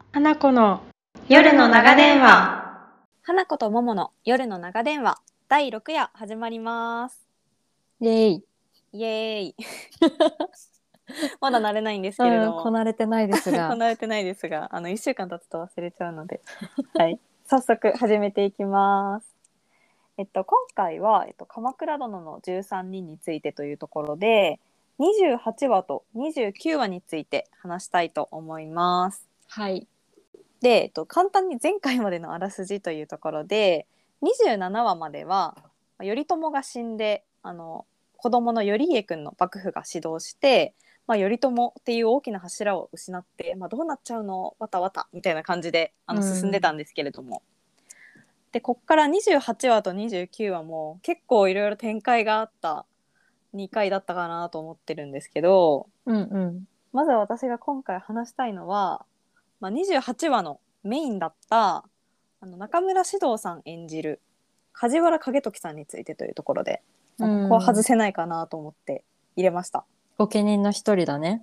花子の夜の長電話。 花子と桃の夜の長電話第6夜始まります。 イエーイ。 イエーイまだ慣れないんですけれども、 こなれてないですがこなれてないですが、1週間経つと忘れちゃうのではい早速始めていきます。今回は、鎌倉殿の13人についてというところで28話と29話について話したいと思います。 はい。 で、簡単に前回までのあらすじというところで27話までは頼朝が死んで子供の頼家くんの幕府が始動して、頼朝っていう大きな柱を失って、どうなっちゃうのわたわたみたいな感じで進んでたんですけれども、でこっから28話と29話も結構いろいろ展開があった2回だったかなと思ってるんですけど、まずは私が今回話したいのは、28話のメインだった中村獅童さん演じる梶原景時さんについてというところで、ここは外せないかなと思って入れました。 御家人の一人だね。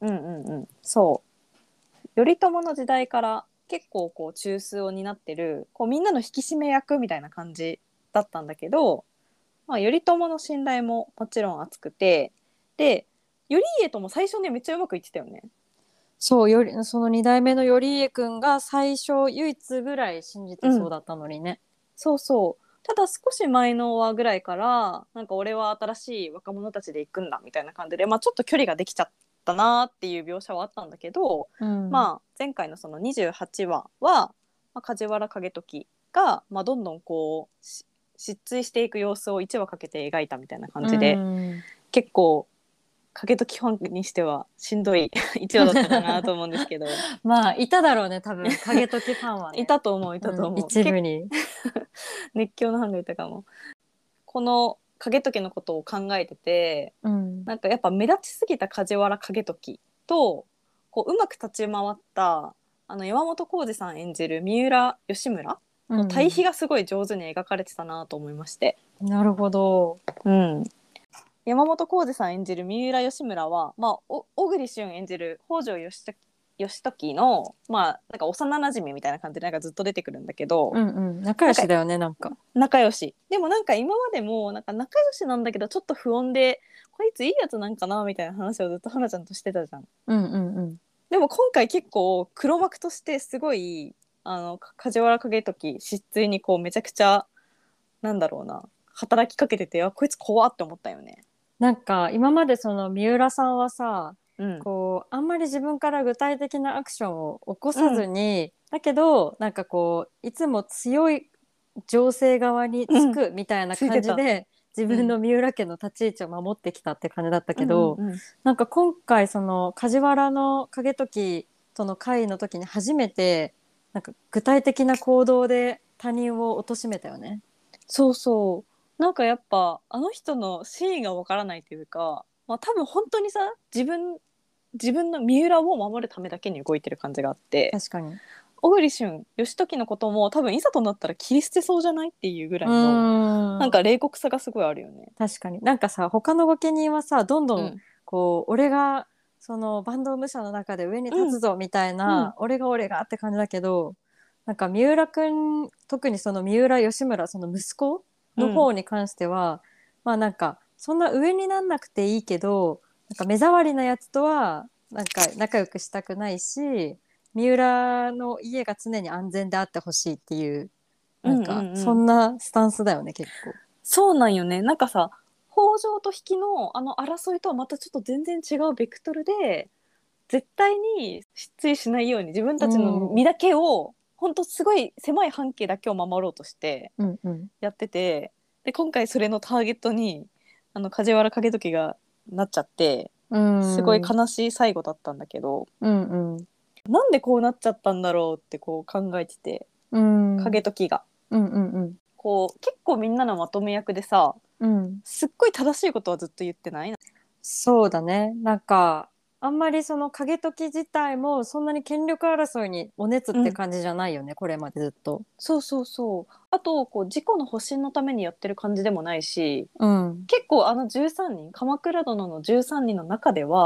そう頼朝の時代から結構中枢を担ってるみんなの引き締め役みたいな感じだったんだけど、頼朝の信頼ももちろん厚くて、で頼家とも最初ねめっちゃうまくいってたよね。 そうその2代目の頼家くんが最初唯一ぐらい信じてそうだったのにね。 そうそう。ただ少し前の話ぐらいからなんか俺は新しい若者たちで行くんだみたいな感じで、ちょっと距離ができちゃったなっていう描写はあったんだけど、前回のその28話は、梶原景時が、どんどん失墜していく様子を1話かけて描いたみたいな感じで、結構景時ファンにしてはしんどい1話だったかなと思うんですけどいただろうね、多分景時ファンはね。 いたと思う一部に熱狂のファンがいたかも。この景時のことを考えてて、なんかやっぱ目立ちすぎた梶原景時とうまく立ち回った山本浩二さん演じる三浦義村の対比がすごい上手に描かれてたなと思いまして、 なるほど。 山本浩二さん演じる三浦義村は、小栗旬演じる北条義時の、なんか幼馴染みたいな感じでなんかずっと出てくるんだけど、 仲良しだよね。なんか仲良しでもなんか今までもなんか仲良しなんだけどちょっと不穏でこいついいやつなんかなみたいな話をずっと花ちゃんとしてたじゃん。でも今回結構黒幕としてすごい梶原景時失墜にめちゃくちゃなんだろうな働きかけてて、こいつ怖って思ったよね。 なんか今までその三浦さんはさ、あんまり自分から具体的なアクションを起こさずに、だけどなんかいつも強い情勢側につくみたいな感じで、自分の三浦家の立ち位置を守ってきたって感じだったけど、なんか今回その梶原の景時との会の時に初めてなんか具体的な行動で他人を貶めたよね。 そうそう、なんかやっぱあの人の真意がわからないというか、多分本当にさ自分の三浦を守るためだけに動いてる感じがあって、 確かに小栗旬義時のことも多分いざとなったら切り捨てそうじゃないっていうぐらいのなんか冷酷さがすごいあるよね。 確かになんかさ、他の御家人はさどんどん俺がその坂東武者の中で上に立つぞみたいな、俺がって感じだけど、なんか三浦くん、特にその三浦義村、その息子の方に関しては、なんかそんな上になんなくていいけど、なんか目障りなやつとはなんか仲良くしたくないし、三浦の家が常に安全であってほしいっていう、なんかそんなスタンスだよね結構。 そうなんよね。なんかさ、北条と比企の争いとはまたちょっと全然違うベクトルで絶対に失墜しないように自分たちの身だけを、ほんとすごい狭い半径だけを守ろうとしてやってて、で今回それのターゲットに梶原景時がなっちゃって、すごい悲しい最後だったんだけど、なんでこうなっちゃったんだろうって考えてて、景時が、結構みんなのまとめ役でさ、すっごい正しいことはずっと言ってない？ そうだね。なんかあんまりその景時自体もそんなに権力争いにお熱って感じじゃないよね、これまでずっと。 そうそうそう。あと自己の保身のためにやってる感じでもないし、結構13人、鎌倉殿の13人の中では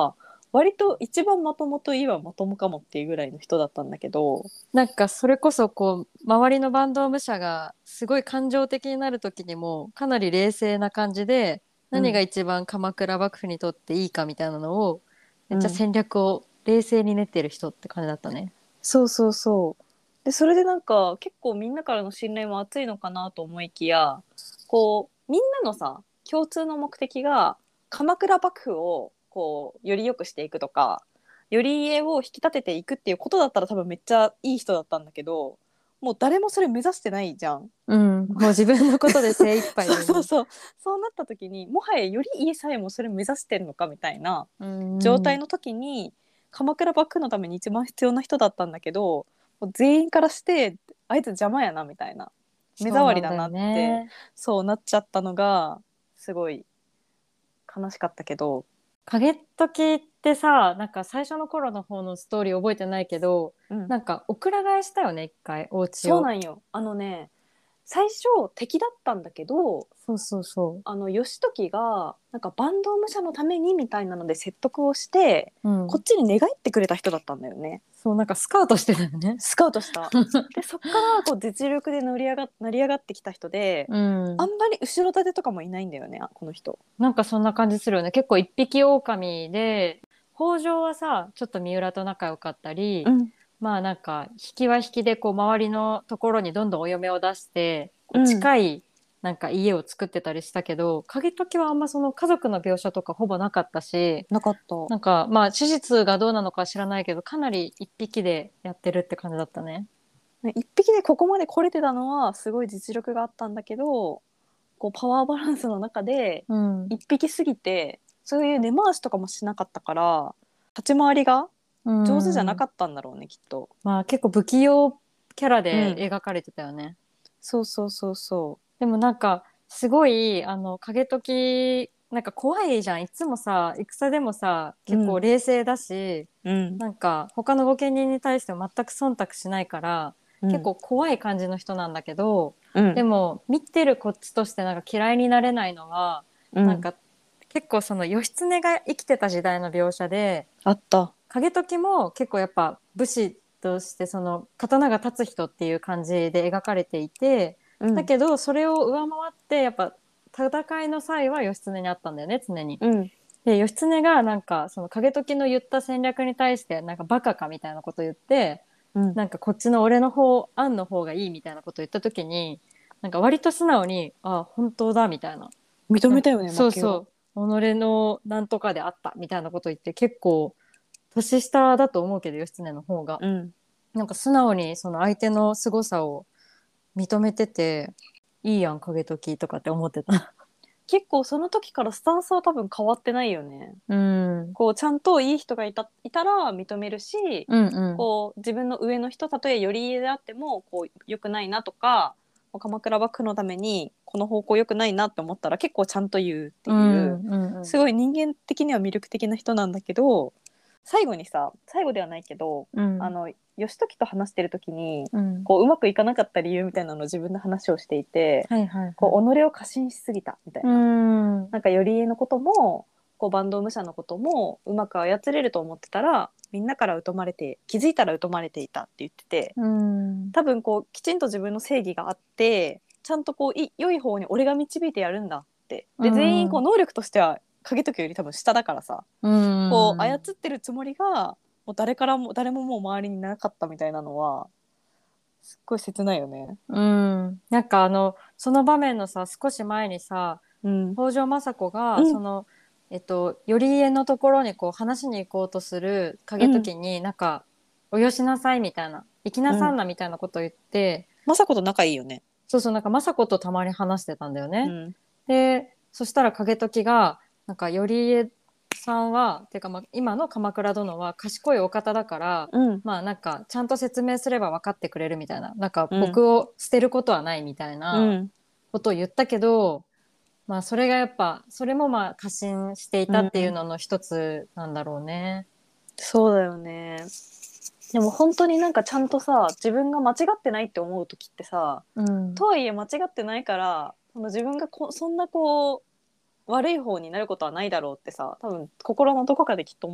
割と一番まともといえばまともかもっていうぐらいの人だったんだけど、 なんかそれこそこう周りのバンド武者がすごい感情的になる時にもかなり冷静な感じで、何がうん一番鎌倉幕府にとっていいかみたいなのをめっちゃうん戦略を冷静に練ってる人って感じだったね。 そうそうそう。でそれでなんか結構みんなからの信頼も厚いのかなと思いきや、こうみんなのさ共通の目的が鎌倉幕府をこうより良くしていくとか、頼家を引き立てていくっていうことだったら多分めっちゃいい人だったんだけど、もう誰もそれ目指してないじゃん。 うん、もう自分のことで精一杯そうでね。 そうそう。そうなった時にもはや頼家さえもそれ目指してるのかみたいなうん、 状態の時に、鎌倉幕府のために一番必要な人だったんだけど、もう全員からしてあいつ邪魔やなみたいな、目そうなんだよ障りだなってね。 そうなっちゃったのがすごい悲しかったけど。 影時ってさ、なんか最初の頃の方のストーリー覚えてないけど、 うん、 なんかお蔵替えしたよね、一回、お家を。 そうなんよ。最初敵だったんだけど、 そうそうそ義時がなんか坂東武者のためにみたいなので説得をして、 う。うん。 こっちに寝返ってくれた人だったんだよね。 そう、なんかスカウトしてたよね。 スカウトした。でそっからこう実力で成り上がってきた人で、 うん。 あんまり後ろ盾とかもいないんだよね、この人。 なんかそんな感じするよね。結構一匹狼で、北条はさ、ちょっと三浦と仲良かったり、 うんまあなんか、引きは引きでこう周りのところにどんどんお嫁を出して、こううん近いなんか家を作ってたりしたけど、景時はあんまその家族の描写とかほぼなかったし、 なかった。 なんかまあ史実がどうなのかは知らないけど、かなり一匹でやってるって感じだったね。 ね、一匹でここまで来れてたのはすごい実力があったんだけど、こうパワーバランスの中でうん。 一匹すぎてそういう根回しとかもしなかったから、立ち回りがう上手じゃなん。 かったんだろうね、きっと。 まあ結構不器用キャラでうん、 描かれてたよね。 そうそうそうそでもなんかすごい景時なんか怖いじゃん。いつもさ戦でもさう。う結構ん冷静だし、 うんなんか他の御家人に対しても全く忖度しないから結うん構怖い感じの人なんだけど、でうんも見てるこっちとしてなんか嫌いになれないのは、 うんなんか結構その義経が生きてた時代の描写で、 あった。 景時も結構やっぱ武士としてその刀が立つ人っていう感じで描かれていて、 うんだけどそれを上回ってやっぱ戦いの際は義経にあったんだよね、常に。 うんで義経がなんかその景時の言った戦略に対してなんかバカかみたいなこと言って、 うんなんかこっちの俺の方案の方がいいみたいなこと言った時に、なんか割と素直に「あ本当だ」みたいな、なんか認めたよね、負けを。 そうそう己のなんとかであったみたいなこと言って、結構年下だと思うけど義経の方がうんなんか素直にその相手の凄さを認めてて、いいやん景時とかって思ってた。 結構その時からスタンスは多分変わってないよね。 うんこうちゃんといい人がいたら認めるし、 うんうんこう自分の上の人、たとえ頼家であってもこう良くないなとか、鎌倉幕府のためにこの方向良くないなって思ったら結構ちゃんと言うってういう、 んうんうんすごい人間的には魅力的な人なんだけど、最後にさ、最後ではないけど、 うん義時と話してる時にうんこううまくいかなかった理由みたいなのを自分で話をしていて、 はいはいはい。 こう己を過信しすぎたみたいうな、 んなんか頼家のこともこう坂東武者のこともうまく操れると思ってたら、みんなから疎まれて、気づいたら疎まれていたって言ってて、 うん多分こうきちんと自分の正義があって、ちゃんとこう良い方に俺が導いてやるんだって。 うで全員こうん能力としては景時より多分下だからさ、こう操うんってるつもりがもう誰ももう周りになかったみたいなのはすっごい切ないよね。 なんかその場面のさ少し前にさ、 うん北条政子がうんその頼家のところにこう話しに行こうとするうん景時になんかおよしなさいみたいな、行きなさんなみたいなことを言って、 政子と仲いいよね。 そうそう、なんか政子とたまに話してたんだよね。 うんでそしたら景時がなんか頼家さんはてか、まあ、今の鎌倉殿は賢いお方だから、 うんまあなんかちゃんと説明すれば分かってくれるみたいな、なんかうん僕を捨てることはないみたいなうんことを言ったけど、まあそれがやっぱそれもまあ過信していたっていううん、 のの一つなんだろうね。 そうだよね。でも本当になんかちゃんとさ、自分が間違ってないって思う時ってさ、 うんとはいえ間違ってないから、その自分がそんなこう悪い方になることはないだろうってさ、多分心のどこかできっと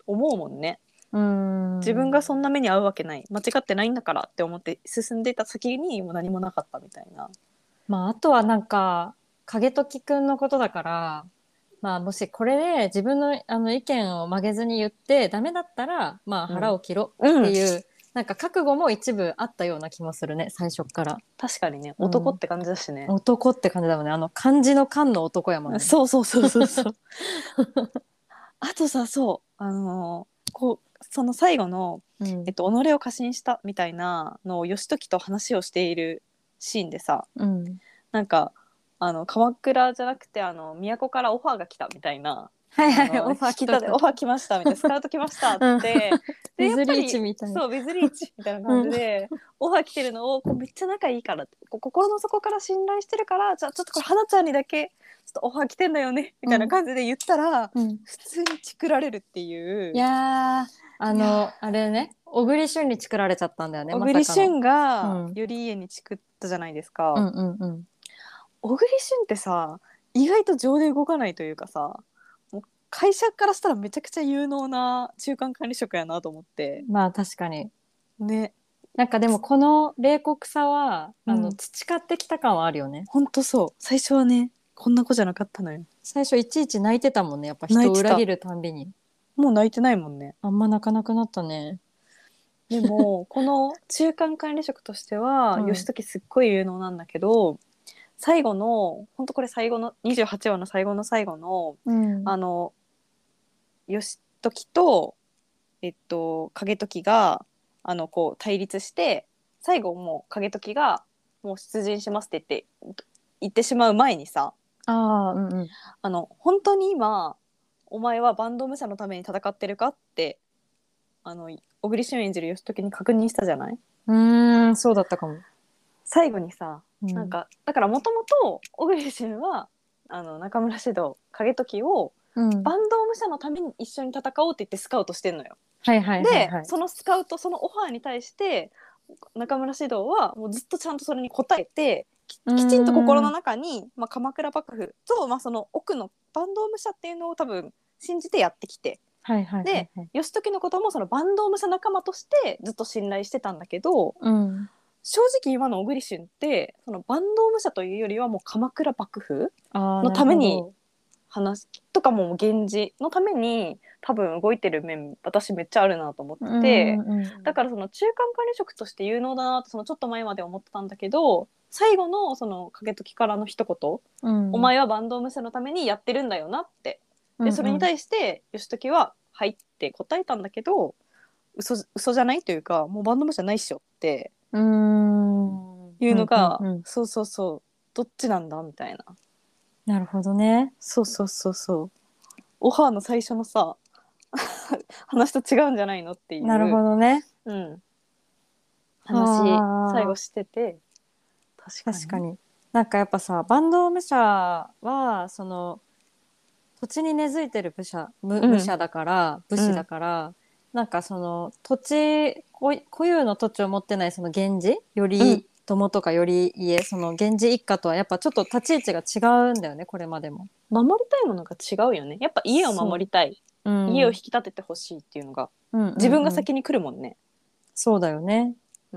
思うもんね。自分がんそんな目に遭うわけない、間違ってないんだからって思って進んでいた先にもう何もなかったみたいな。 まああとはなんか影時くんのことだから、まあもしこれで自分の意見を曲げずに言ってダメだったらまあうん腹を切ろうっうん、 ていう、なんか覚悟も一部あったような気もするね、最初から。 確かにね、 うん、 男って感じだしね。 男って感じだもんね。漢字の漢の男やもんね。 そうそうそうそうそう。あとさ、そうこうその最後の、 うん。 己を過信したみたいなのを義時と話をしているシーンでさ、 うん。 なんか鎌倉じゃなくて都からオファーが来たみたいな、 はいはい、オ引ファー来きた来た。 立てオファー来ましたみたいな、スカウト来ましたっうん。 て、 ウでィズリーチやっぱりみたいな。 そうウィズリーチみたいな感うん。 じでオファー来てるのをこうめっちゃ仲いいからって、こう心の底から信頼してるから、じゃあちょっとこれ花ちゃんにだけちょっとオファー来てんだよねみたいな感じで言ったら、 うん。 普通にチクられるっていいう。 やー、 いやあれね、小栗旬に作られちゃったんだよね、 小まさかの。 栗旬がうん。 頼家にチクったじゃないですか。 うんうんうん。 小栗旬ってさ、意外と情で動かないというかさ、もう会社からしたらめちゃくちゃ有能な中間管理職やなと思って。 まあ確かに。 ね。 なんかでもこの冷酷さは、 うん、 培ってきた感はあるよね。 ほんとそう。最初はね、こんな子じゃなかったのよ。 最初いちいち泣いてたもんね、やっぱ人泣いてた。 を裏切るたんびに。 もう泣いてないもんね。 あんま泣かなくなったね。 でもこの中間管理職としてはうん。 義時すっごい有能なんだけど、最後のほんとこれ最後の28話の最後の最後のうん。 あの義時と景時がこう対立して、最後もう景時がもう出陣しますって言ってしまう前にさ、 ああ、うんうん。 本当に今お前はバンド武者のために戦ってるかって小栗旬演じる義時に確認したじゃない。 うーん、そうだったかも。 最後にさ、 うん。 なんかだからもともと小栗旬は中村獅童景時をうん。 バンド武者のために一緒に戦おうって言ってスカウトしてんのよ。 はいはいはいはい。 でそのスカウト、そのオファーに対して中村獅童はもうずっとちゃんとそれに応えて、 うーきちんと心のん。 中に、鎌倉幕府と、その奥の坂東武者っていうのを多分信じてやってきて、 はいはいはいではい。 義時のこともその坂東武者仲間としてずっと信頼してたんだけど、 うん。 正直今の小栗旬ってその坂東武者というよりはもう鎌倉幕府ああ、 のなるためにほど。 話とかも源氏のために多分動いてる面私めっちゃあるなと思っうてて、 んうんうん。 だからその中間管理職として有能だなとそのちょっと前まで思ってたんだけど、最後のその景時からの一言、 うん。 お前は坂東武者のためにやってるんだよなって、でそれにうんうん。 対して義時は「はい」って答えたんだけど、嘘じゃないというか、もう坂東武者ないっしょってうーん。 いううんうんのが、 うん。 そうそうそう、どっちなんだみたいな。 なるほどね。 そうそうそうそう、オファーの最初のさ話と違うんじゃないのっていなるほう、 どね。 うん、話最後はあ。 してて、確かに。 確かに。なんかやっぱさ、坂東武者は、その、土地に根付いてる武うん者だから、武士だうんから、なんかその、固有の土地を持ってないその源氏、頼うん、 朝とか頼家、その源氏一家とはやっぱちょっと立ち位置が違うんだよね、これまでも。 守りたいものが違うよね。やっぱ家を守そりたい、 う。うん。うん家を引き立ててほしいっていうのがうん自分がうん。 先に来るもんね。 そうだよね。 うん、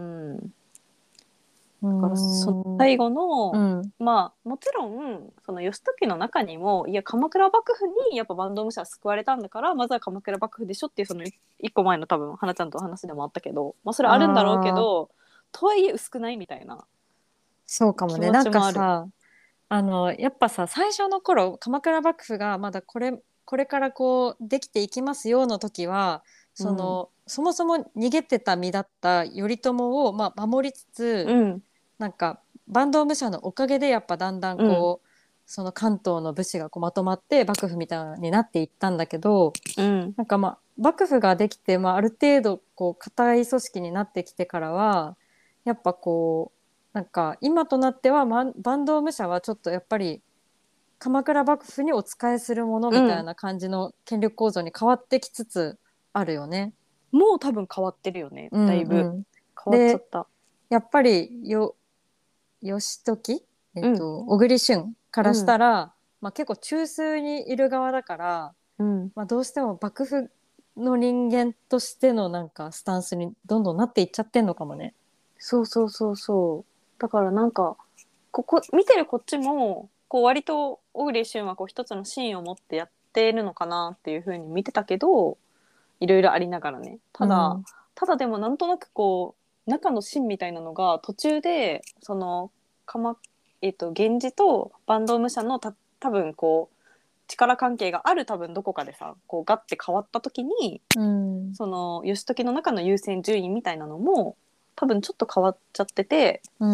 うーだからそのん。 最後の、 うん。 もちろんその義時の中にも、いや鎌倉幕府にやっぱ坂東武者は救われたんだからまずは鎌倉幕府でしょっていう、その一個前の多分花ちゃんと話でもあったけど、それあるんだろうけああ、 ど、とはいえ薄くないみたいなそうかもね。 気持なんかちもある。 さ、やっぱさ、最初の頃、鎌倉幕府がまだこれからこう、できていきますよの時は、 うん、 そもそも逃げてた身だった頼朝を、まあ、守りつつ、 うんなんか、坂東武者のおかげでやっぱだんだんうんこう、その関東の武士がこうまとまって幕府みたいになっていったんだけど、 うんなんかまあ、幕府ができて、まあ、ある程度こう固い組織になってきてからはやっぱこうなんか今となっては、坂東武者はちょっとやっぱり鎌倉幕府にお仕えするものみたいうん、 な感じの権力構造に変わってきつつあるよね。 もう多分変わってるよね、 うんうだいぶん。 変わっちゃっでた。 やっぱり義時、 うん小栗旬からしうんたら、まあ、結構中枢にいる側だから、 うんまあ、どうしても幕府の人間としてのなんかスタンスにどんどんなっていっちゃってんのかもね。 そうそうそうそう。だからなんかここ見てるこっちもこう割と小栗旬はこう一つのシーンを持ってやっているのかなっていう風に見てたけど、いろいろありながらね。ただ、 うん、 ただでもなんとなくこう中の芯みたいなのが途中でそのかま源氏と坂東武者の多分こう力関係がある多分どこかでさこうガッて変わった時にうん、 その義時の中の優先順位みたいなのも多分ちょっと変わっちゃってて、 うん、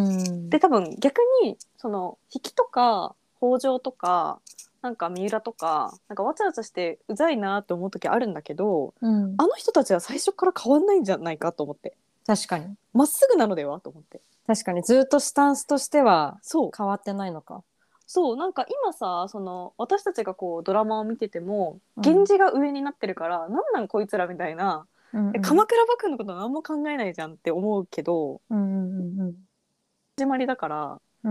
で多分逆にその引きとか北条とかなんか三浦とかなんかわちゃわちゃしてうざいなって思う時あるんだけど、 うん。 あの人たちは最初から変わんないんじゃないかと思って、 確かに。 まっすぐなのではと思って。 確かにずっとスタンスとしてはそう変わってないのか。 そう、なんか今さその私たちがこうドラマを見ててもうん、 源氏が上になってるからなんなんこいつらみたいな、 うん、うん、 鎌倉幕府のこと何も考えないじゃんって思うけど、 うん、うん、 始まりだからうん、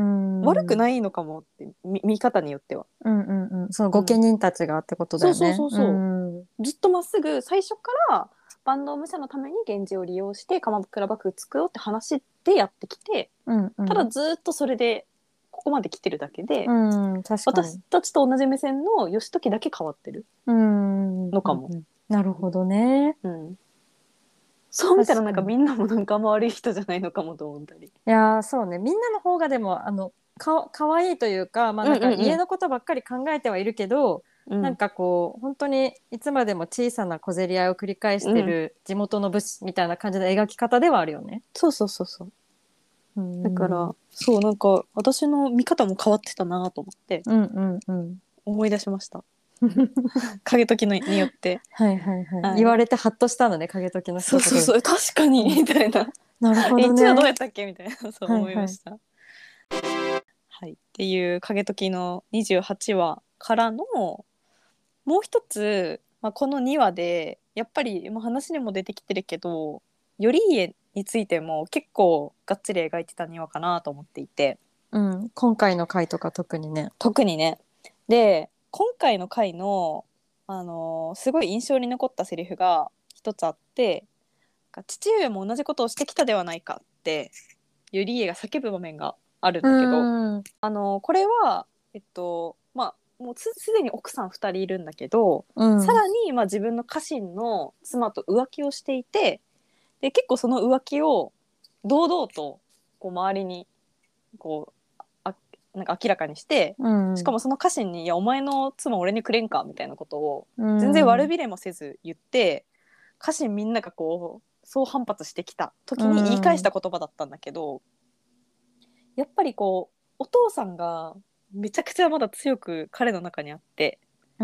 うん、 悪くないのかもって見方によっては。 うん、うん、そのうん、 御家人たちがってことだそうそうよね。うそうそん、 う、ずっとまっすぐ最初から坂東武者のために源氏を利用して鎌倉幕府作ろうって話でやってきて、 うん、うただん、 ずっとそれでここまで来てるだけで、 うん、確かに。 私たちと同じ目線の義時だけ変わってるうん、うん、 のかも。 うん。なるほどね。 うん、そう見たらなんか確かに。 みんなもなんかあんま悪い人じゃないのかもと思ったり。 いやー、そうね。みんなの方がでも、かわいいというか、まあなんかうんうんうん家のことばっかり考えてはいるけど、なんうんかこう、本当にいつまでも小さな小競り合いを繰り返しうん、 てる地元の武士みたいな感じの描き方ではあるよね。 そうそうそうそう。 うだからん。 そうなんか私の見方も変わってたなと思ってうんうんうん。 思い出しました。影時のによって。 はいはいはい。 はい。 言われてハッとしたのね、影時の一言で。 そうそうそう、確かに、 うん。 みたいな。 なるほど一応どうやね。 ったっけみたいな、そうはいはい。 思いました。はい。っていう影時の28話からの、もう一つ、まあ、この2話で、やっぱり、もう話にも出てきてるけど、頼家についても結構がっつり描いてた2話かなと思っていて、 うん。今回の回とか特にね。 特にね。で、今回の回の、すごい印象に残ったセリフが一つあって、父上も同じことをしてきたではないかって頼家が叫ぶ場面があるんうだけど、 ーん。 これはまあもうすでに奥さん2人いるんだけど、 うん。 さらにまあ自分の家臣の妻と浮気をしていて、で結構その浮気を堂々とこう周りにこうなんか明らかにして、 うん。 しかもその家臣に「いやお前の妻俺にくれんか」みたいなことをう全然悪ん。 びれもせず言って、家臣みんながこうそう反発してきたう時に言い返しん。 た言葉だったんだけど、やっぱりこうお父さんがめちゃくちゃまだ強く彼の中にあって、 うん。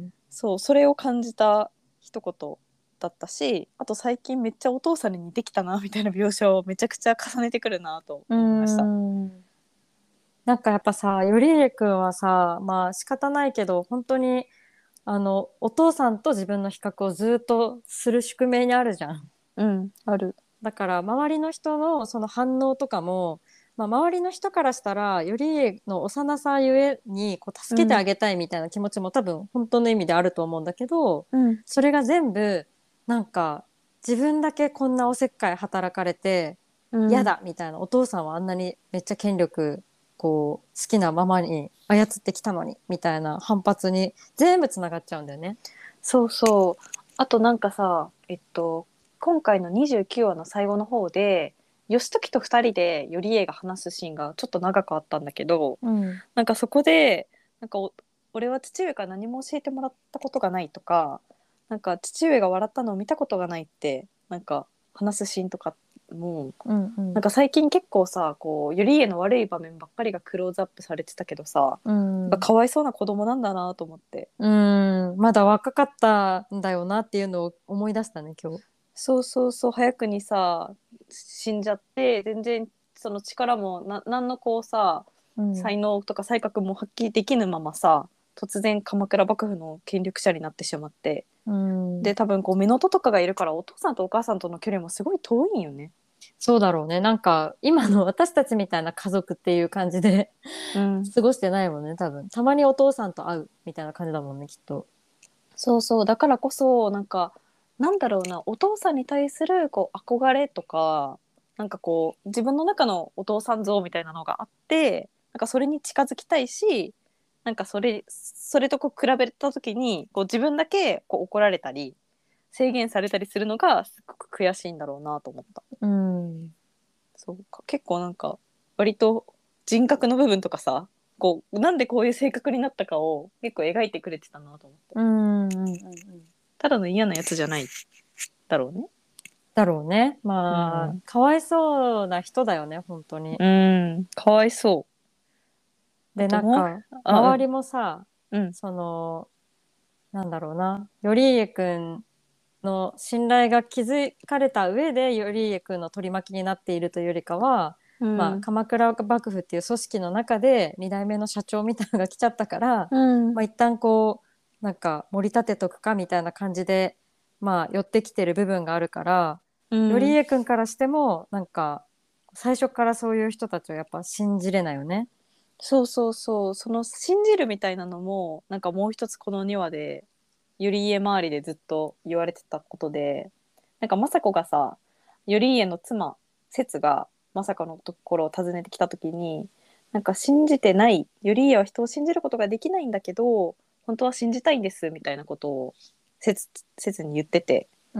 そうそれを感じた一言だったし、あと最近めっちゃお父さんに似てきたなみたいな描写をめちゃくちゃ重ねてくるなとう思いました。 ん。なんかやっぱさ、頼家くんはさ、まあ仕方ないけど、本当に、お父さんと自分の比較をずっとする宿命にあるじゃん。 うん、ある。 だから周りの人のその反応とかも、まあ、周りの人からしたら頼家の幼さゆえにこう助けてあうん、 げたいみたいな気持ちも多分本当の意味であると思うんだけど、 うん、 それが全部なんか自分だけこんなおせっかい働かれてうん、 嫌だみたいな、お父さんはあんなにめっちゃ権力こう好きなままに操ってきたのにみたいな反発に全部つながっちゃうんだよね。 そうそう。あとなんかさ、今回の29話の最後の方で義時と2人で頼家が話すシーンがちょっと長くあったんだけど、 うん、 なんかそこでなんか俺は父上から何も教えてもらったことがないとか、なんか父上が笑ったのを見たことがないってなんか話すシーンとかも、 うん、うん、 なんか最近結構さこう頼家の悪い場面ばっかりがクローズアップされてたけどさ、 うん。 やっぱかわいそうな子供なんだなと思って。 うん、まだ若かったんだよなっていうのを思い出したね、今日。 そうそうそう、早くにさ死んじゃって全然その力も何のこうさうん、 才能とか才覚も発揮できぬままさ突然鎌倉幕府の権力者になってしまって、 うん。 で多分こう乳母とかがいるからお父さんとお母さんとの距離もすごい遠いんよね。 そうだろうね。なんか、今の私たちみたいな家族っていう感じでうん、 過ごしてないもんね、多分。たまにお父さんと会うみたいな感じだもんね、きっと。 そうそう、だからこそなんかなんだろうな、お父さんに対するこう憧れとか、なんかこう自分の中のお父さん像みたいなのがあって、なんかそれに近づきたいし、なんかそれとこう比べた時にこう自分だけこう怒られたり制限されたりするのがすごく悔しいんだろうなと思った。 うん。 そうか、結構なんか割と人格の部分とかさ、こうなんでこういう性格になったかを結構描いてくれてたなと思って。 うん。うん。うん。 ただの嫌なやつじゃないだろうね。 だろうね。 うまあ、 ん。 かわいそうな人だよね、本当に。 うん、かわいそう。あで、 ともう、 なんか、 あ、うん、 周りもさ、 うん、 その、なんだろうな、頼家くんの信頼が築かれた上で頼家くんの取り巻きになっているというよりかは、まあ、 うん、 鎌倉幕府っていう組織の中で2代目の社長みたいなのが来ちゃったから、 うん、 まあ、一旦こうなんか盛り立てとくかみたいな感じで、まあ、寄ってきてる部分があるからう頼ん。 家くんからしてもなんか最初からそういう人たちをやっぱ信じれないよね。 そうそうそう、その信じるみたいなのも、なんかもう一つこの2話で、頼家周りでずっと言われてたことで、なんか政子がさ、頼家の妻、節が政子のところを訪ねてきた時に、なんか信じてない、頼家は人を信じることができないんだけど、本当は信じたいんですみたいなことを節に言ってて、 うん、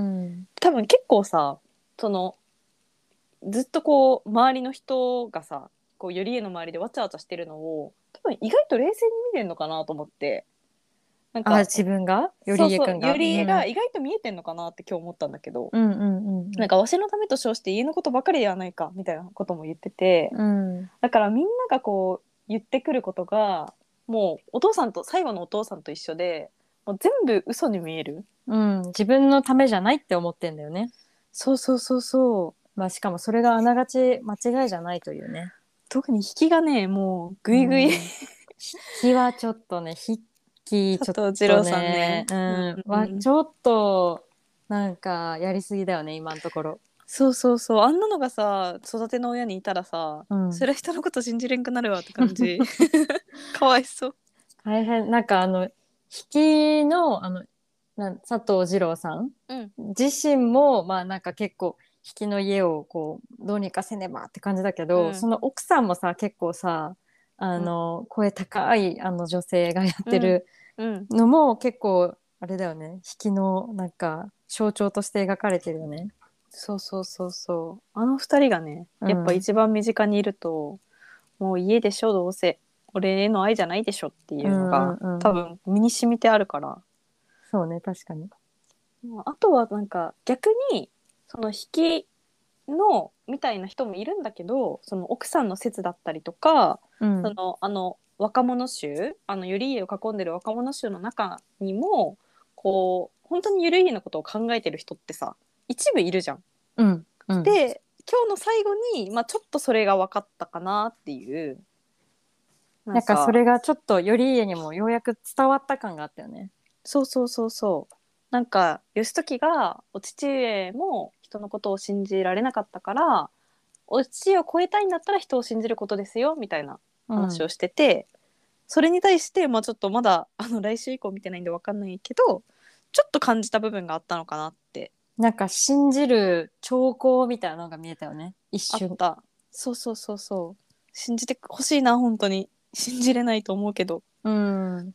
多分結構さ、そのずっとこう周りの人がさ、こう頼家の周りでわちゃわちゃしてるのを多分意外と冷静に見てんのかなと思って、なんあ、 か自分が頼そうそう、 家くんが、 頼家がうん、 意外と見えてんのかなって今日思ったんだけど、 うんうんうんなんかわしのためと称して家のことばかりではないかみたいなことも言ってて、 うんだからみんながこう言ってくることがもうお父さんと最後のお父さんと一緒で、もう全部嘘に見える。 うん、自分のためじゃないって思ってんだよね。 そうそうそうそう。 まあしかもそれがあながち間違いじゃないというね。 特に引きがね、もうグうイグイ。 ん。筆記はちょっとね、筆記ちょっ佐藤二と郎さんね。 ね、ううんん、 うん。 ちょっとなんかやりすぎだよね、今のところ。 そうそうそう。あんなのがさ、育ての親にいたらさ、 うん。 それは人のこと信じれんくなるわって感じ。かわいそう。 大変。なんか筆記の佐藤二郎さんうん。 自身もまあなんか結構引きの家をこうどうにかせねばって感じだけど、そうん。 の奥さんもさ結構さうん。 声高い女性がやっうん。 てるうん。 のも結構あれだよね、引きのなんか象徴として描かれてるよね。 そうそうそうそう。あの二人がね、やっぱうん一番身近にいると、もう家でしょ、どうせ。俺への愛じゃないでしょってういうのが、 んうんうん。 多分身に染みてあるから。 そうね、確かに。 あとはなんか逆に、その引きのみたいな人もいるんだけど、その奥さんの説だったりとか、そうんの若者衆、頼家を囲んでる若者衆の中にもこう本当に頼家のことを考えてる人ってさ、一部いるじゃん。 うんうん。 で今日の最後に、まあ、ちょっとそれが分かったかなっていう、ななんかそんかれがちょっと頼家にもようやく伝わった感があったよね。 そうそうそうそう、なんか義時がお父上も人のことを信じられなかったから、お父上を超えたいんだったら人を信じることですよみたいなうん。 話をしてて、それに対して、まあ、ちょっとまだ来週以降見てないんで分かんないけど、ちょっと感じた部分があったのかなって。 なんか信じる兆候みたいなのが見えたよね。一瞬。 あった。そうそうそうそう。信じてほしいな、本当に。信じれないと思うけど。 うん。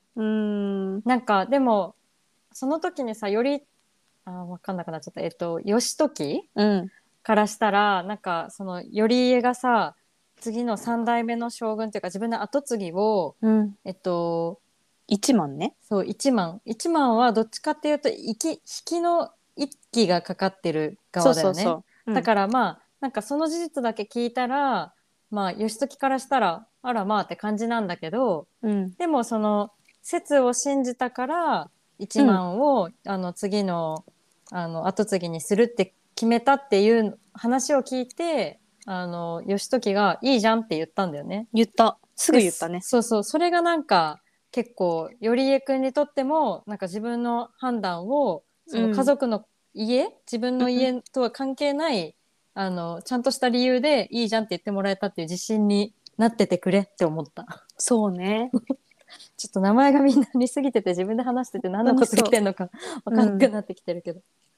うーん。 なんかでもその時にさより分かんなくなっちゃった義時うん。 からしたらなんかその頼家がさ次の3代目の将軍っていうか自分の跡継ぎをうん。 えっと一万ね。 そう一幡はどっちかっていうと引きの一揆がかかってるそう側だよね。 そうそう。うん。 だからまあなんかその事実だけ聞いたらまあ義時からしたらあらまあって感じなんだけど、 うん。 でもその説を信じたから一うん。 幡を次の跡継ぎにするって決めたっていう話を聞いて義時がいいじゃんって言ったんだよね。 言った。すぐで言ったね。 そうそう、それがなんか結構頼家君にとってもなんか自分の判断をその家うん。 族の自分のうん。 家とは関係ないちゃんとした理由でいいじゃんって言ってもらえたっていう自信になっててくれって思った。 そうね。 ちょっと名前がみんな似すぎてて自分で話してて何本当のこと言っにそてんのか分う。 かんなうん。 くなってきてるけど。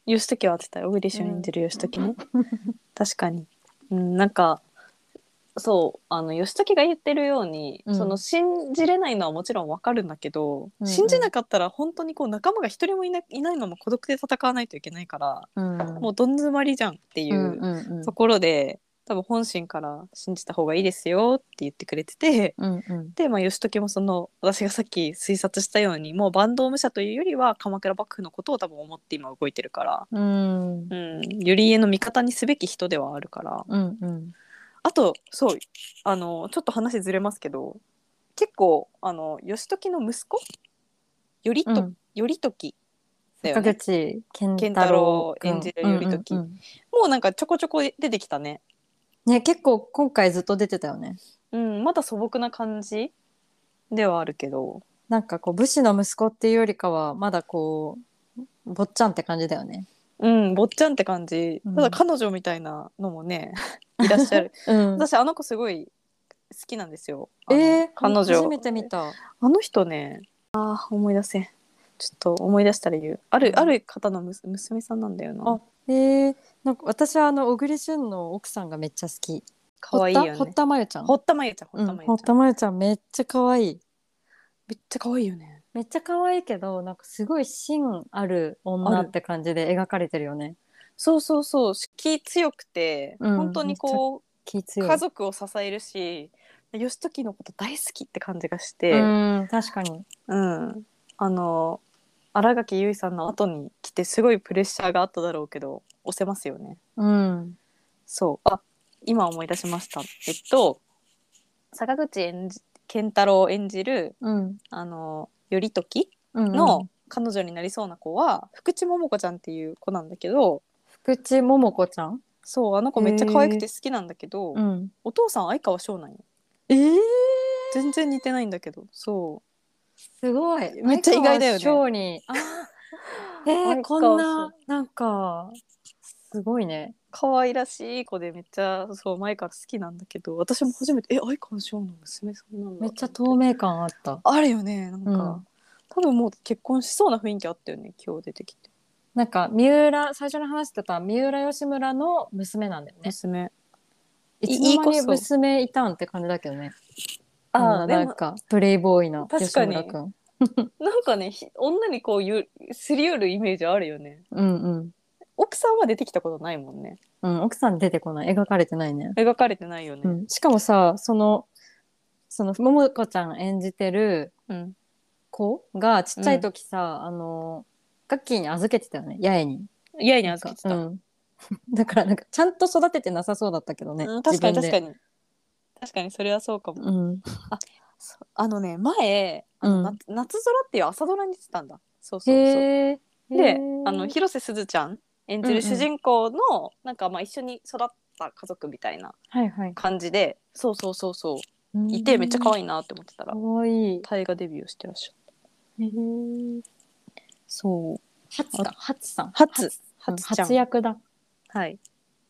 義時は当てたよ。小栗旬演じる義時ね。確かに。なんかそう義時が言ってるように、その信じれないのはもちろんわかるんだけど、信じなかったら本当にこう仲間が一人もいないまま孤独で戦わないといけないから、もうどん詰まりじゃんっていうところで、多分本心から信じた方がいいですよって言ってくれてて、で、義時もその私がさっき推察したように、もう坂東武者というよりは鎌倉幕府のことを多分思って今動いてるから、頼家の味方にすべき人ではあるから、あとそうちょっと話ずれますけど、結構義時の息子頼時だよね、 坂口健健太太郎郎演じる頼時、もうなんかちょこちょこ出てきたね。 ね、結構今回ずっと出てたよね。 まだ素朴な感じではあるけど、 なんかこう武士の息子っていうよりかはまだこう坊ちゃんって感じだよね。 坊ちゃんって感じ。ただ彼女みたいなのもねいらっしゃる。私あの子すごい好きなんですよ。彼女初めて見た。 あの人ね、思い出せん。ちょっと思い出したら言う。ある方の娘さんなんだよな。 なんか私は小栗旬の奥さんがめっちゃ好き。 可愛いよね。 堀田真由ちゃん。 堀田真由ちゃん。 堀田真由ちゃんめっちゃ可愛い。 めっちゃ可愛いよね。 めっちゃ可愛いけど、なんかすごい芯ある女って感じで描かれてるよね。 そうそうそう。気強くて、本当にこう気強い。 家族を支えるし、義時のこと大好きって感じがして。 確かに。 新垣結衣さんの後に来てすごいプレッシャーがあっただろうけど押せますよね。そう今思い出しました。坂口健太郎演じる、頼時の彼女になりそうな子は福地桃子ちゃんっていう子なんだけど。 福地桃子ちゃん。 そう、あの子めっちゃ可愛くて好きなんだけど、お父さん相川翔なんよ。全然似てないんだけど。そうすごい。 めっちゃ意外だよね。 翔にこんななんかすごいね。 可愛らしい子でめっちゃそう前から好きなんだけど、私も初めて相川翔の娘さんなんだ。 めっちゃ透明感あった。 あるよね。なんか、多分もう結婚しそうな雰囲気あったよね、今日出てきて。 なんか最初に話してた三浦義村の娘なんだよね。 娘。 いつの間に娘いたんって感じだけどね。なんかプレイボーイな吉村くん。 なんかね、女にこうすり寄るイメージあるよね。奥さんは出てきたことないもんね。 奥さん出てこない。描かれてないね。 描かれてないよね。 しかもさ、その桃子ちゃん演じてる子がちっちゃい時さ、ガッキーに預けてたよね、八重に。 八重に預けてた。 だからなんかちゃんと育ててなさそうだったけどね。 確かに確かに。確かにそれはそうかも。前夏空っていう朝ドラに出てたんだ。そうそうそう。で広瀬すずちゃん演じる主人公のなんか一緒に育った家族みたいな感じで、そうそうそうそういて、めっちゃ可愛いなって思ってたら大河デビューしてらっしゃった。そう初役だ。 はい、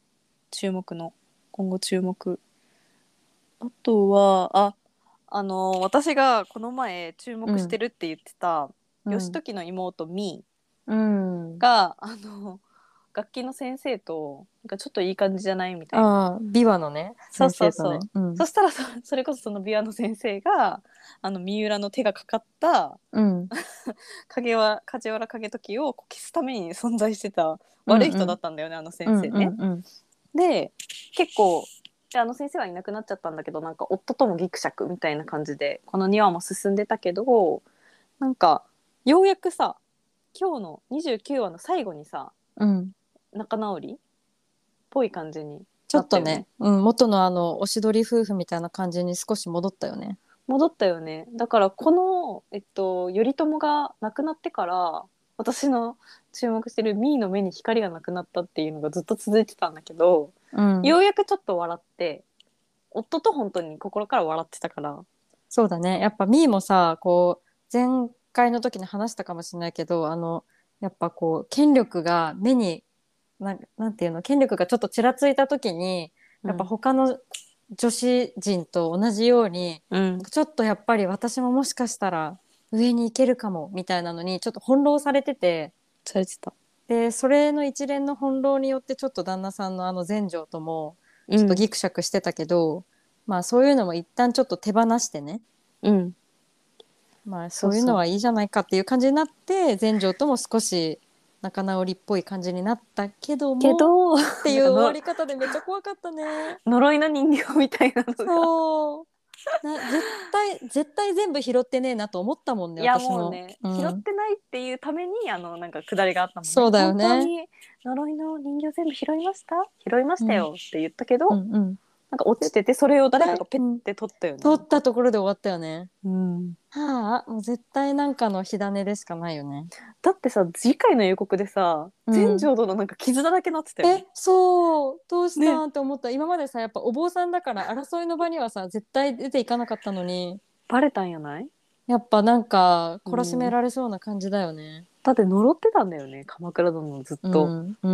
今後注目。あとは私がこの前注目してるって言ってた、義時の妹みーが楽器の先生となんかちょっといい感じじゃないみたいな。 琵琶のね先生とね。 そしたらそれこそその琵琶の先生が三浦の手がかかった梶原景時を消すために存在してた悪い人だったんだよね、あの先生ね。で結構先生はいなくなっちゃったんだけど、なんか夫ともギクシャクみたいな感じでこの2話も進んでたけど、なんかようやくさ今日の29話の最後にさ、仲直りっぽい感じにちょっとね、元のおしどり夫婦みたいな感じに少し戻ったよね。 だからこの頼朝が亡くなってから私の注目してるミーの目に光がなくなったっていうのがずっと続いてたんだけど、ようやくちょっと笑って夫と本当に心から笑ってたから。 そうだね。やっぱミーもさ、こう前回の時に話したかもしれないけど、やっぱこう権力が目になんていうの、権力がちょっとちらついた時に、やっぱ他の女子陣と同じように、ちょっとやっぱり私ももしかしたら上に行けるかもみたいなのにちょっと翻弄されてて。 でそれの一連の翻弄によってちょっと旦那さんの全成ともちょっとギクシャクしてたけど、まあそういうのも一旦ちょっと手放してね、 うん、 まあそういうのそうそはいいじゃないかっていう感じになって全成とも少し仲直りっぽい感じになったけどうけもどっていう終わり方でめっちゃ怖かったね。 呪いの人形みたいなのがそう絶対全部拾ってねえなと思ったもんね、 いや私も。 もうね、 うん、 拾ってないっていうためになんか下りがあったもんね。 そうだよ本当ね。 に呪いの人形全部拾いました？拾いましうん、 たよって言ったけど、 うんうん。 なんか落ちててそれを誰かがペッうん、 て取ったよね。 取ったところで終わったよね。 うん、 はあ、もう絶対なんかの火種でしかないよね。 だってさ、次回の予告でさ、 うん。 全成殿なんか傷だらけなってたよえ、 ね。 そう、どうしたね、 んって思った。今までさ、やっぱお坊さんだから争いの場にはさ、絶対出ていかなかったのに、 バレたんやない？ やっぱなんかう懲らしめん。 られそうな感じだよね。 だって呪ってたんだよね、鎌倉殿ずっと。 うん、うん。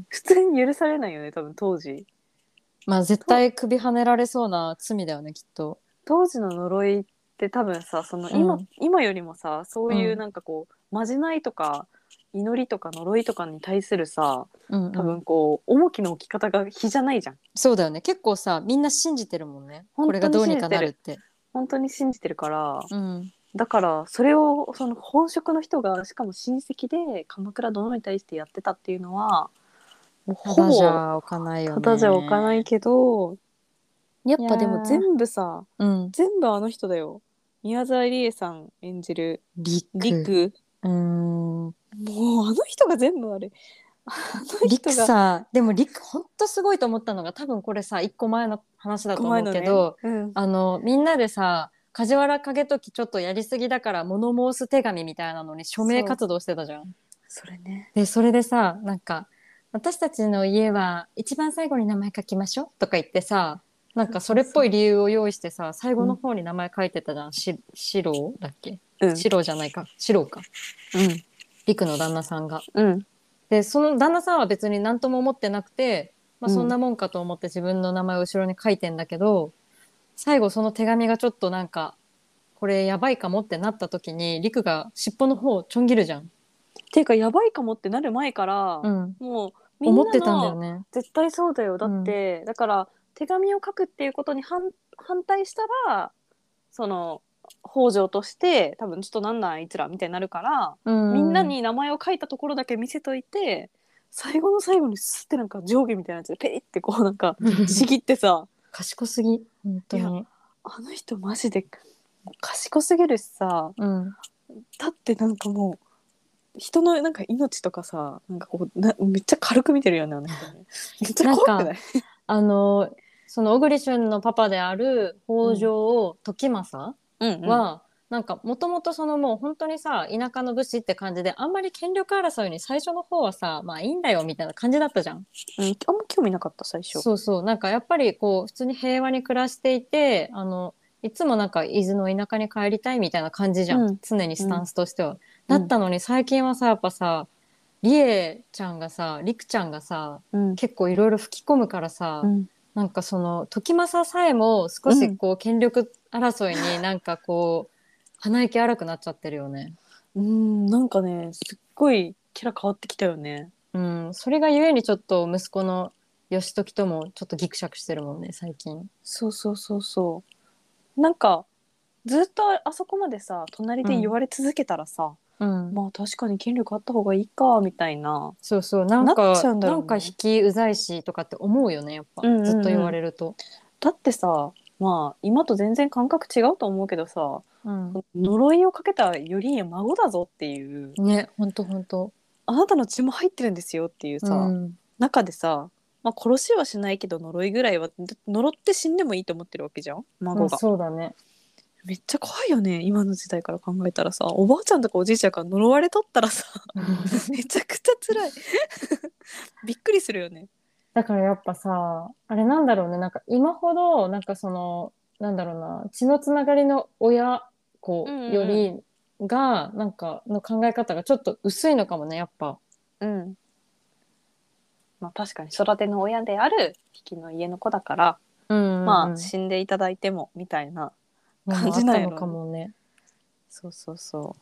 普通に許されないよね、多分当時。 まあ絶と対首跳ねられそうな罪だよね、きっと。 当時の呪いって多分さ、そのうん、 今よりもさ、そういううん、 なんかこうまじないとか祈りとか呪いとかに対するさ、 うん、 多うん。 分こう重きの置き方が比じゃないじゃん。 そうだよね。結構さ、みんな信じてるもんね。こ本当にれがどうにか信じてる。 なるって。 本当に信じてるから。 うん。 だからそれをその本職の人がしかも親戚で鎌倉殿に対してやってたっていうのはもうただじほぼゃ置かないよただじゃ置かないね。 けど、やっいやぱでもー、 全部さ、 うん。 全部あの人だよ。宮沢りえさん演じるリク。 陸。 うーん。 もうあの人が全部あれ。あのリク人がさ、でもリクほんとすごいと思ったのが、多分これさ、一個前の話だと思う前のね。 けど、 うん。 みんなでさ、梶原景時ちょっとやりすぎだから物申す手紙みたいなのに署名そう。 活動してたじゃん。 それね。 で、それでさ、なんか、私たちの家は一番最後に名前書きましょうとか言ってさ、なんそうかそそうそう。 れっぽい理由を用意してさ、最後のうん。 方に名前書いてたじゃん。四郎だっけ？ うん。 四郎じゃないか。四郎か。 うん。 陸の旦那さんが。 うん。 で、その旦那さんは別に何とも思ってなくて、まあそんうん。 なもんかと思って自分の名前を後ろに書いてんだけど、最後その手紙がちょっとなんか、これやばいかもってなった時に、陸が尻尾の方をちょん切るじゃん。 ていうかやばいかもってなる前からうん。 もうみん思ってたんだよなのね。 絶対そうだよ。だっうん。 てだから手紙を書くっていうことに反対したらその北条として多分ちょっとなんなんあいつらみたいになるからうみんなん。 に名前を書いたところだけ見せといて最後の最後にスッてなんか定規みたいなやつでペリってこうなんかちぎってさ、 賢すぎ。本いや当に。 あの人マジで賢すぎるしさ、 うん。 だってなんかもう人のなんか命とかさなんかこうめっちゃ軽く見てるよねあの人ね。めっちゃなんか、 怖くない？ あの、その小栗旬のパパである北うん条時政うんうんは、なんかもともとそのもう本当にさ、田舎の武士って感じで、あんまり権力争いに最初の方はさ、まあいいんだよみたいな感じだったじゃん。 うん、あんま興味なかった最初。 そうそう。なんかやっぱりこう、普通に平和に暮らしていて、いつもなんか伊豆の田舎に帰りたいみたいな感じじゃん。 うん常にスタンうんスとしては。 うんだったのに最近はさ、やっぱさ、りえちゃんがさ、りくちゃんがさ、 うん結構いろいろ吹き込むからさ、 うんなんかその、時政さえも少うんしこう、権力争いになんかこう、鼻息荒くなっちゃってるよね。 なんかねすっごいキャラ変わってきたよね。 うん、それがゆえにちょっと息子の義時ともちょっとギクシャクしてるもんね、最近。 そうそうそうそう。なんかずっとあそこまでさ隣で言うん。 われ続けたらさ、 うん。 まあ確かに権力あった方がいいかみたいなそうそう、なんなっちゃか、 うんだなんか引ろうね。 きうざいしとかって思うよね、やっぱ。 うんずっと言うんうん。 われると。 だってさまあ今と全然感覚違うと思うけどさうん。 呪いをかけた頼家孫だぞっていうね、ほんとほんと。 あなたの血も入ってるんですよっていううさん。 中でさ、まあ、殺しはしないけど呪いぐらいは呪って死んでもいいと思ってるわけじゃんまあ孫が。 そうだね。 めっちゃ怖いよね今の時代から考えたらさおばあちゃんとかおじいちゃんから呪われとったらさめちゃくちゃ辛いびっくりするよね。 だからやっぱさ、あれなんだろうね、なんか今ほど、なんかその、なんだろうな、血のつながりの親子うんうんよりが、なんかの考え方がちょっと薄いのかもね、やっぱ。 うん。まあ確かに育ての親である引きの家の子だからうんうんうん。 まあ死んでいただいてもみたいなの感じもあったのなんやろうね。 かもね。 そうそうそう。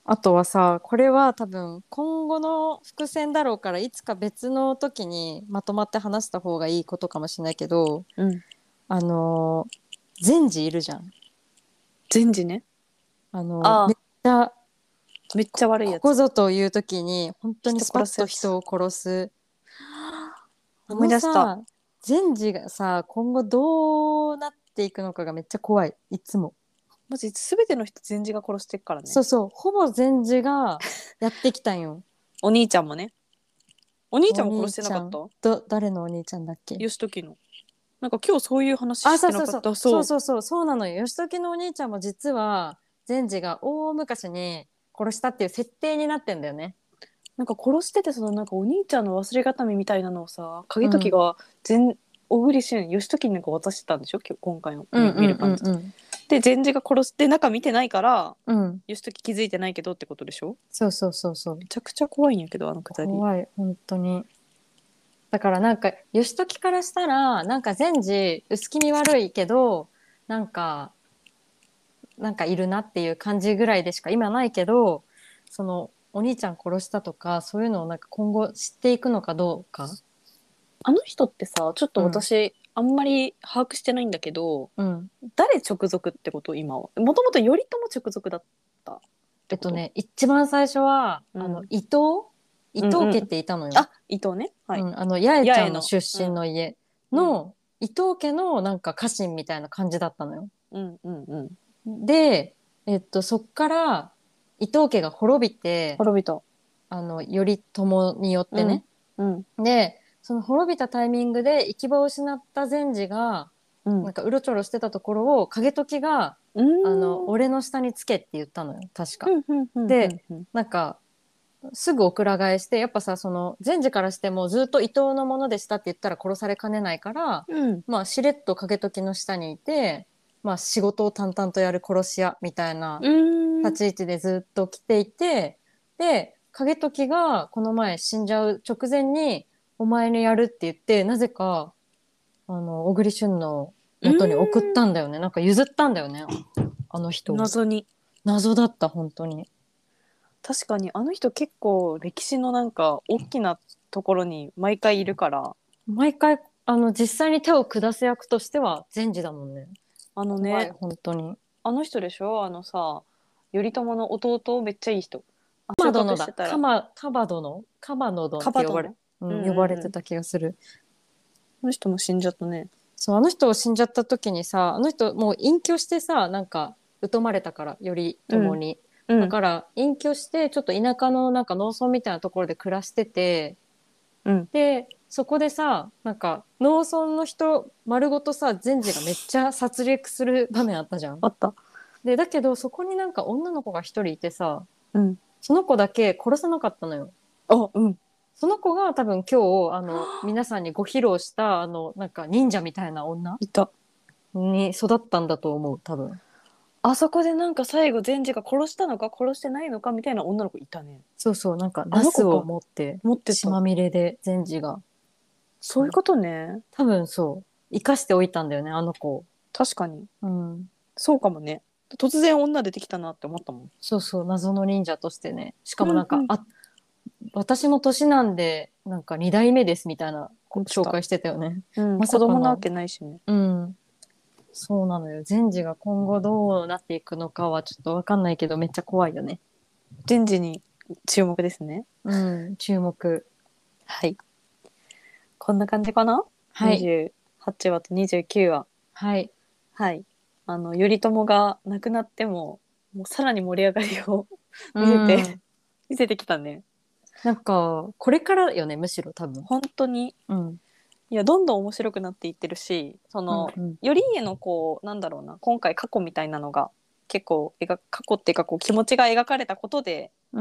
あとはさ、これは多分今後の伏線だろうからいつか別の時にまとまって話した方がいいことかもしれないけど、 うん。 あの善治いるじゃん。 善治ね。 めっああ、 ちゃめっちゃ悪いここやつ。 ぞという時に本当に人スパッと殺すやつ。 人を殺す。 思い出した。 善治がさ、今後どうなっていくのかがめっちゃ怖い。いつも。 マジ全ての人善治が殺してっからね。 そうそう、ほぼ善治がやってきたんよ。 お兄ちゃんもね。お兄ちゃおんも殺して兄ちゃん。 なかった？ 誰のお兄ちゃんだっけ？ 義時の。なんか今日そういう話あ、 してそうそうそう。 なかった？そう。 そうそうそう。そうなのよ。義時のお兄ちゃんも実は、善治が大昔に殺したっていう設定になってんだよね。 なんか殺してて、そのなんかお兄ちゃんの忘れ形見みたいなのをさ、景時うん。 が小栗旬義時になんか渡してたんでしょ、今回のうんうん見る感じで。 うんうん。 で善治が殺して中見てないからうん。 義時気づいてないけどってことでしょ。 そうそうそうそう。 めちゃくちゃ怖いんやけど、あのくだり。 怖い、本当に。だからなんか、義時からしたら、なんか善治、薄気味悪いけど、なんか、なんかいるなっていう感じぐらいでしか今ないけど、その、お兄ちゃん殺したとか、そういうのをなんか今後知っていくのかどうか。 あの人ってさ、ちょっとうん。 私あんまり把握してないんだけど、 うん。 誰直属ってこと？今はもともと頼朝直属だったってこと？ 一番最初は、 うん、 伊藤家っうんうん。 ていたのよ。 あ、伊藤ね。はい。 うん、八重ちゃんの八重の。 出身の家うんの、伊藤家のなんか家臣みたいな感じだったのよ。 うんうんうん。 で、そっから伊藤家が滅びて、 滅びた。 頼朝によってね。 うんうんで、その滅びたタイミングで行き場を失った善治が、 うんなんかうろちょろしてたところを景時が、 うーん俺の下につけって言ったのよ、確か。 うんうんうんうんで、 うんなんか、すぐお蔵替えして、やっぱさ、その、善治からしてもずっと伊藤のものでしたって言ったら殺されかねないから、 うんまあ、しれっと景時の下にいて、まあ、仕事を淡々とやる殺し屋みたいなうーん立ち位置でずっと来ていて、で、景時がこの前死んじゃう直前に、お前にやるって言って、なぜか、小栗旬のうー元に送ったん。 んだよね。なんか譲ったんだよね。あの人を。 謎に。 謎だった、本当に。 確かにあの人結構歴史のなんか大きなところに毎回いるから。 毎回、実際に手を下す役としては善治だもんね。 あの怖い、 ね、 本当に。 あの人でしょ、あのさ、頼朝の弟、めっちゃいい人。 カマ収殿だ。 穫してたらカバ殿カバノドンってカバ殿。うん呼ばれうんうん。 てた気がする。 あの人も死んじゃったね。 そう、あの人死んじゃった時にさ、あの人もう隠居してさ、なんか、疎まれたから、頼朝に。 うんだから、隠居して、ちょっと田舎のなんか農村みたいなところで暮らしてて、 うんで、そこでさ、なんか、農村の人丸ごとさ、善治がめっちゃ殺戮する場面あったじゃん。 あった。 で、だけど、そこになんか女の子が一人いてさ、 うんその子だけ殺さなかったのよ。 あうんその子が多分今日、皆さんにご披露した、なんか忍者みたいな女いた。 に育ったんだと思う、多分。 あそこでなんか最後善治が殺したのか殺してないのかみたいな女の子いたね。 そうそう、なんか、ナスをあの子か。 持って、 持ってた。 血まみれで善治が。 そういうことね。 多分そう。生かしておいたんだよね、あの子を。 確かに。 うん。 そうかもね。突然女出てきたなって思ったもん。 そうそう、謎の忍者としてね。しかもなんか、 うんうん。 私の年なんで、なんか二代目ですみたいな本当だ。 紹介してたよね。 うん、 ま子さかの。 供なわけないしね。 うん。そうなのよ。善治が今後どうなっていくのかはちょっとわかんないけど、めっちゃ怖いよね。 人事に注目ですね。 うん、注目。 はい。こんな感じかな？ はい。 28話と29話。 はい。 はい。頼朝が亡くなっても、もうさらに盛り上がりをう見せて、 ん。 見せてきたね。 なんか、これからよね、むしろ多分。 本当に。 うん。 いや、どんどん面白くなっていってるし、 うんうん。 頼家のこう、なんだろうな、今回過去みたいなのが、結構過去っていうかこう気持ちが描かれたことで、 うん。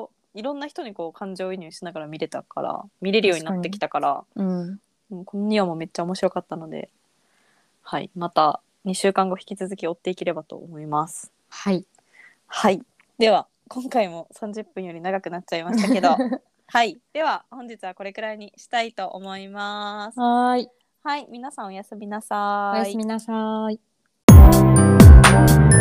割といろんな人にこう感情移入しながら見れるようになってき確かに。 たから、 うん。 この2話もめっちゃ面白かったので、はい、また2週間後引き続き追っていければと思います。 はい。 はい。では、今回も30分より長くなっちゃいましたけど、はい。では、本日はこれくらいにしたいと思います。 はーい。 はい。皆さんおやすみなさい。 おやすみなさーい。